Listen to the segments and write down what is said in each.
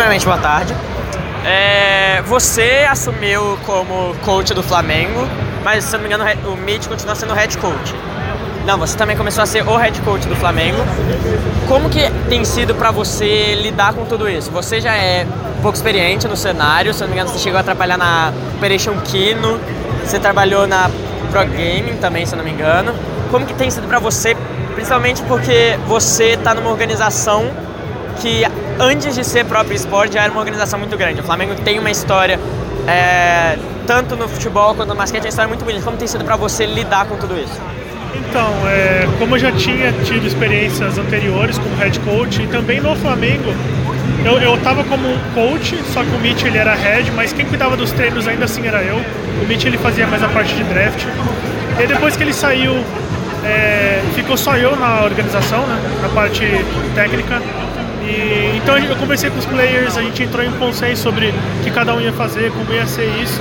Primeiramente, boa tarde. Você assumiu como coach do Flamengo, mas, se não me engano, o Mitch continua sendo o head coach. Não, você também começou a ser o head coach do Flamengo. Como que tem sido para você lidar com tudo isso? Você já é um pouco experiente no cenário, se não me engano, você chegou a trabalhar na Operation Kino, você trabalhou na Pro Gaming também, se não me engano. Como que tem sido para você, principalmente porque você está numa organização que, antes de ser próprio esporte, já era uma organização muito grande. O Flamengo tem uma história, tanto no futebol quanto no basquete, uma história muito bonita. Como tem sido para você lidar com tudo isso? Então, como eu já tinha tido experiências anteriores como head coach e também no Flamengo, eu estava como coach, só que o Mitch ele era head, mas quem cuidava dos treinos ainda assim era eu. O Mitch ele fazia mais a parte de draft. E depois que ele saiu, ficou só eu na organização, né, na parte técnica. E então eu conversei com os players, a gente entrou em um consenso sobre o que cada um ia fazer, como ia ser isso.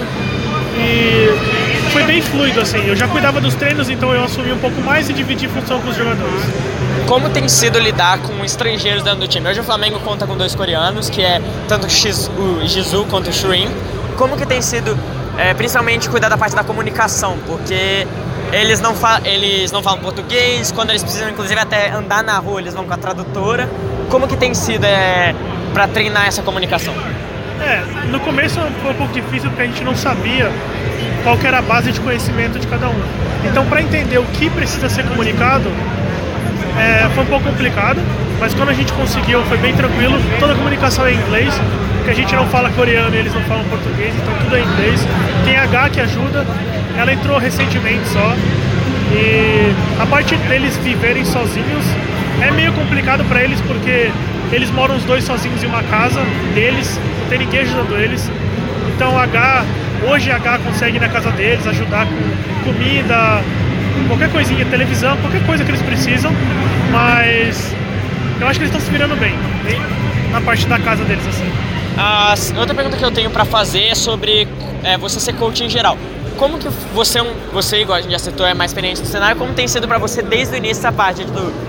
E foi bem fluido, assim. Eu já cuidava dos treinos, então eu assumi um pouco mais e dividi função com os jogadores. Como tem sido lidar com estrangeiros dentro do time? Hoje o Flamengo conta com 2 coreanos, que é tanto o Jisoo quanto o Shrin. Como que tem sido, principalmente, cuidar da parte da comunicação? Porque eles não falam português, quando eles precisam, inclusive, até andar na rua, eles vão com a tradutora. Como que tem sido para treinar essa comunicação? No começo foi um pouco difícil porque a gente não sabia qual que era a base de conhecimento de cada um. Então, para entender o que precisa ser comunicado, foi um pouco complicado, mas quando a gente conseguiu, foi bem tranquilo. Toda a comunicação é em inglês, porque a gente não fala coreano e eles não falam português, então tudo é em inglês. Tem a H que ajuda, ela entrou recentemente só. E a parte deles viverem sozinhos é meio complicado para eles, porque eles moram os 2 sozinhos em uma casa deles, não tem ninguém ajudando eles. Então hoje a H consegue ir na casa deles, ajudar com comida, qualquer coisinha, televisão, qualquer coisa que eles precisam. Mas eu acho que eles estão se virando bem na parte da casa deles, assim. Outra pergunta que eu tenho para fazer é sobre você ser coach em geral. Como que você, igual a gente já citou, é mais experiente no cenário, como tem sido para você desde o início essa parte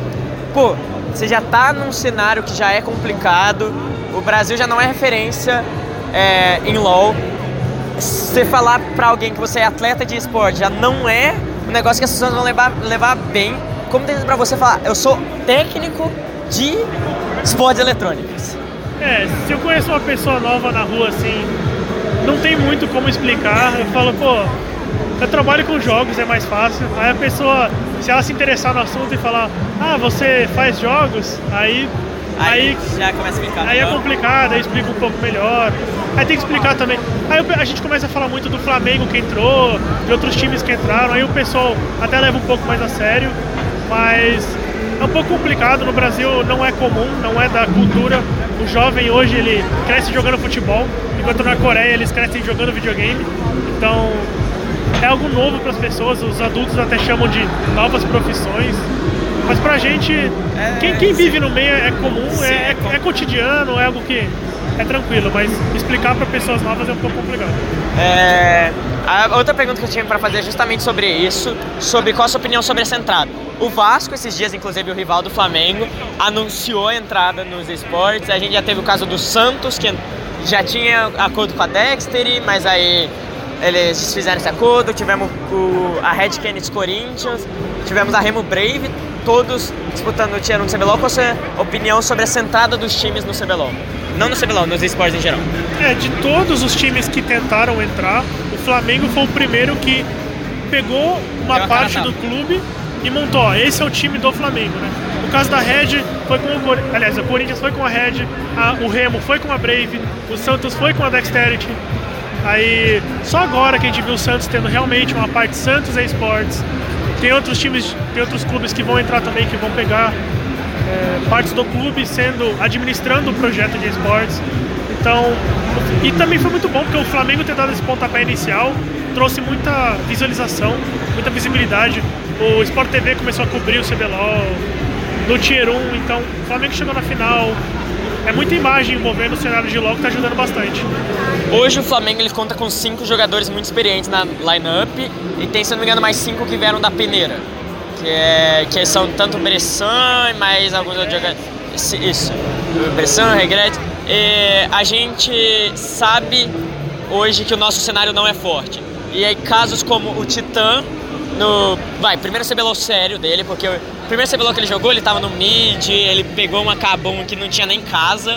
você já tá num cenário que já é complicado, o Brasil já não é referência em LoL. Você falar pra alguém que você é atleta de esporte já não é um negócio que as pessoas vão levar bem. Como tem sido pra você falar, eu sou técnico de esportes eletrônicos? Se eu conheço uma pessoa nova na rua, assim, não tem muito como explicar. Eu falo, eu trabalho com jogos, é mais fácil. Aí a pessoa, se ela se interessar no assunto e falar, você faz jogos, aí já começa a ficar. Aí é complicado, aí explica um pouco melhor. Aí tem que explicar também. Aí a gente começa a falar muito do Flamengo que entrou, de outros times que entraram. Aí o pessoal até leva um pouco mais a sério, mas é um pouco complicado. No Brasil não é comum, não é da cultura. O jovem hoje ele cresce jogando futebol, enquanto na Coreia eles crescem jogando videogame. Então é algo novo para as pessoas, os adultos até chamam de novas profissões. Mas pra gente, quem vive no meio é comum, é cotidiano, é algo que é tranquilo, mas explicar para pessoas novas é um pouco complicado. A outra pergunta que eu tinha para fazer é justamente sobre isso, sobre qual a sua opinião sobre essa entrada. O Vasco, esses dias, inclusive o rival do Flamengo, anunciou a entrada nos esportes. A gente já teve o caso do Santos, que já tinha acordo com a Dexter, mas aí eles desfizeram esse acordo. Tivemos a Red Canids Corinthians, tivemos a Remo Brave, todos disputando o Tier 1 do CBLOL. Qual a sua opinião sobre essa entrada dos times no CBLOL? Não no CBLOL, nos esportes em geral. De todos os times que tentaram entrar, o Flamengo foi o primeiro que pegou uma parte do clube e montou, esse é o time do Flamengo, né? No caso da Red, foi com o Corinthians foi com a Red, o Remo foi com a Brave, o Santos foi com a Dexterity. Aí, só agora que a gente viu o Santos tendo realmente uma parte Santos eSports. Tem outros times, tem outros clubes que vão entrar também, que vão pegar partes do clube administrando o projeto de esportes. Então, e também foi muito bom, porque o Flamengo ter dado esse pontapé inicial trouxe muita visualização, muita visibilidade. O Sport TV começou a cobrir o CBLOL no Tier 1, então o Flamengo chegou na final. É muita imagem envolvendo o cenário de LoL que está ajudando bastante. Hoje o Flamengo ele conta com 5 jogadores muito experientes na line-up e tem, se não me engano, mais 5 que vieram da peneira, que são tanto Bressan e mais alguns outros jogadores. Isso, Bressan, Regret. a gente sabe hoje que o nosso cenário não é forte. E aí casos como o Titã, primeiro CBLOL sério dele, porque o primeiro CBLOL que ele jogou, ele tava no mid, ele pegou uma Kabum que não tinha nem casa.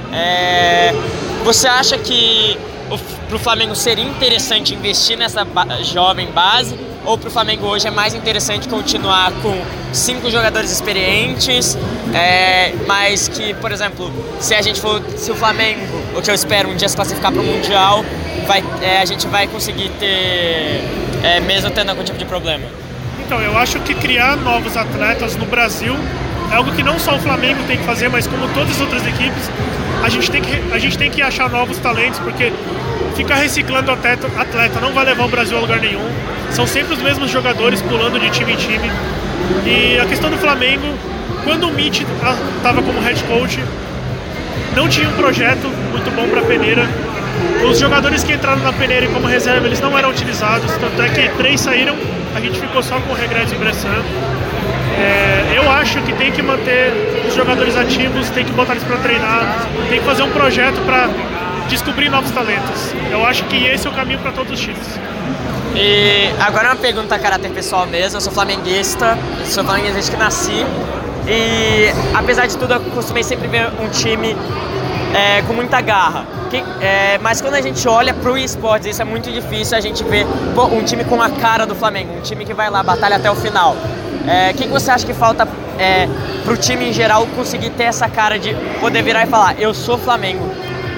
Você acha que pro Flamengo seria interessante investir nessa jovem base, ou pro Flamengo hoje é mais interessante continuar com 5 jogadores experientes, mas que, por exemplo, se o Flamengo, o que eu espero, um dia se classificar para o Mundial, a gente vai conseguir ter, mesmo tendo algum tipo de problema? Então, eu acho que criar novos atletas no Brasil é algo que não só o Flamengo tem que fazer, mas como todas as outras equipes, a gente tem que achar novos talentos, porque ficar reciclando atleta não vai levar o Brasil a lugar nenhum. São sempre os mesmos jogadores pulando de time em time. E a questão do Flamengo, quando o Mitch estava como head coach, não tinha um projeto muito bom para a peneira. Os jogadores que entraram na peneira como reserva, eles não eram utilizados, tanto é que 3 saíram, a gente ficou só com o Regresso e Bressan. Eu acho que tem que manter os jogadores ativos, tem que botar eles para treinar, tem que fazer um projeto para descobrir novos talentos. Eu acho que esse é o caminho para todos os times. E agora uma pergunta a caráter pessoal mesmo. Eu sou flamenguista desde que nasci. E apesar de tudo, eu costumei sempre ver um time com muita garra. Mas quando a gente olha pro esportes, isso é muito difícil a gente ver um time com a cara do Flamengo, um time que vai lá, batalha até o final. O que você acha que falta pro time em geral conseguir ter essa cara de poder virar e falar, eu sou Flamengo?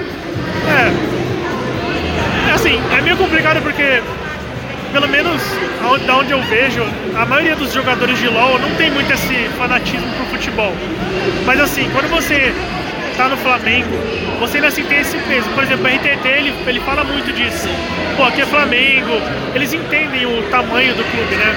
Assim, é meio complicado porque, pelo menos da onde eu vejo, a maioria dos jogadores de LoL não tem muito esse fanatismo pro futebol. Mas assim, quando você tá no Flamengo, você ainda assim tem esse peso. Por exemplo, o RTT, ele fala muito disso. Pô, aqui é Flamengo, eles entendem o tamanho do clube, né?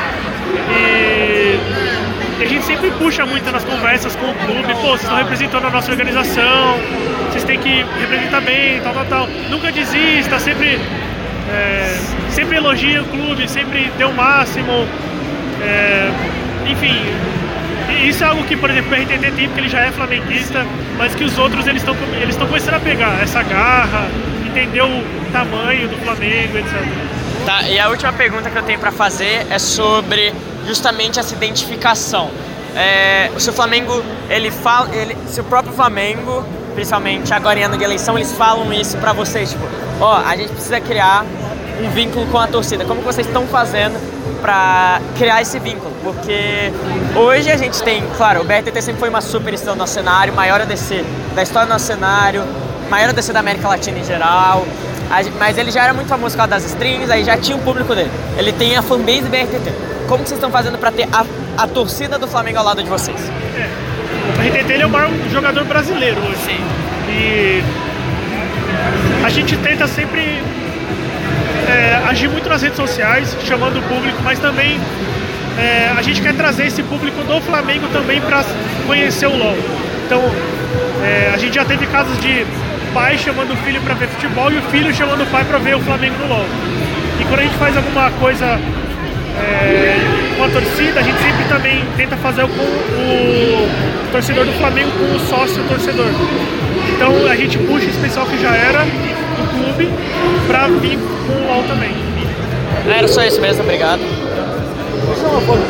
E a gente sempre puxa muito nas conversas com o clube. Pô, vocês estão representando a nossa organização, vocês têm que representar bem, tal. Nunca desista, sempre elogia o clube, sempre dê o máximo. Enfim, isso é algo que, por exemplo, o RTT tem, porque ele já é flamenguista, mas que os outros eles estão começando a pegar essa garra, entender o tamanho do Flamengo, etc. Tá, e a última pergunta que eu tenho para fazer é sobre justamente essa identificação. Se o Flamengo, se o próprio Flamengo, principalmente agora em ano de eleição, eles falam isso para vocês, tipo, a gente precisa criar um vínculo com a torcida. Como que vocês estão fazendo para criar esse vínculo? Porque hoje a gente tem, claro, o BRTT sempre foi uma super estrela no nosso cenário, maior ADC da história do nosso cenário, maior ADC da América Latina em geral, mas ele já era muito famoso por causa das streams, aí já tinha o público dele. Ele tem a fanbase do BRTT. Como que vocês estão fazendo para ter a torcida do Flamengo ao lado de vocês? O BRTT ele é o maior jogador brasileiro hoje. Sim. E a gente tenta sempre agir muito nas redes sociais, chamando o público, mas também a gente quer trazer esse público do Flamengo também para conhecer o LoL. Então, a gente já teve casos de pai chamando o filho para ver futebol e o filho chamando o pai para ver o Flamengo no LoL. E quando a gente faz alguma coisa com a torcida, a gente sempre também tenta fazer com o torcedor do Flamengo com o sócio torcedor. Então a gente puxa esse pessoal que já era do clube para vir com o LoL também. Era só isso mesmo, obrigado.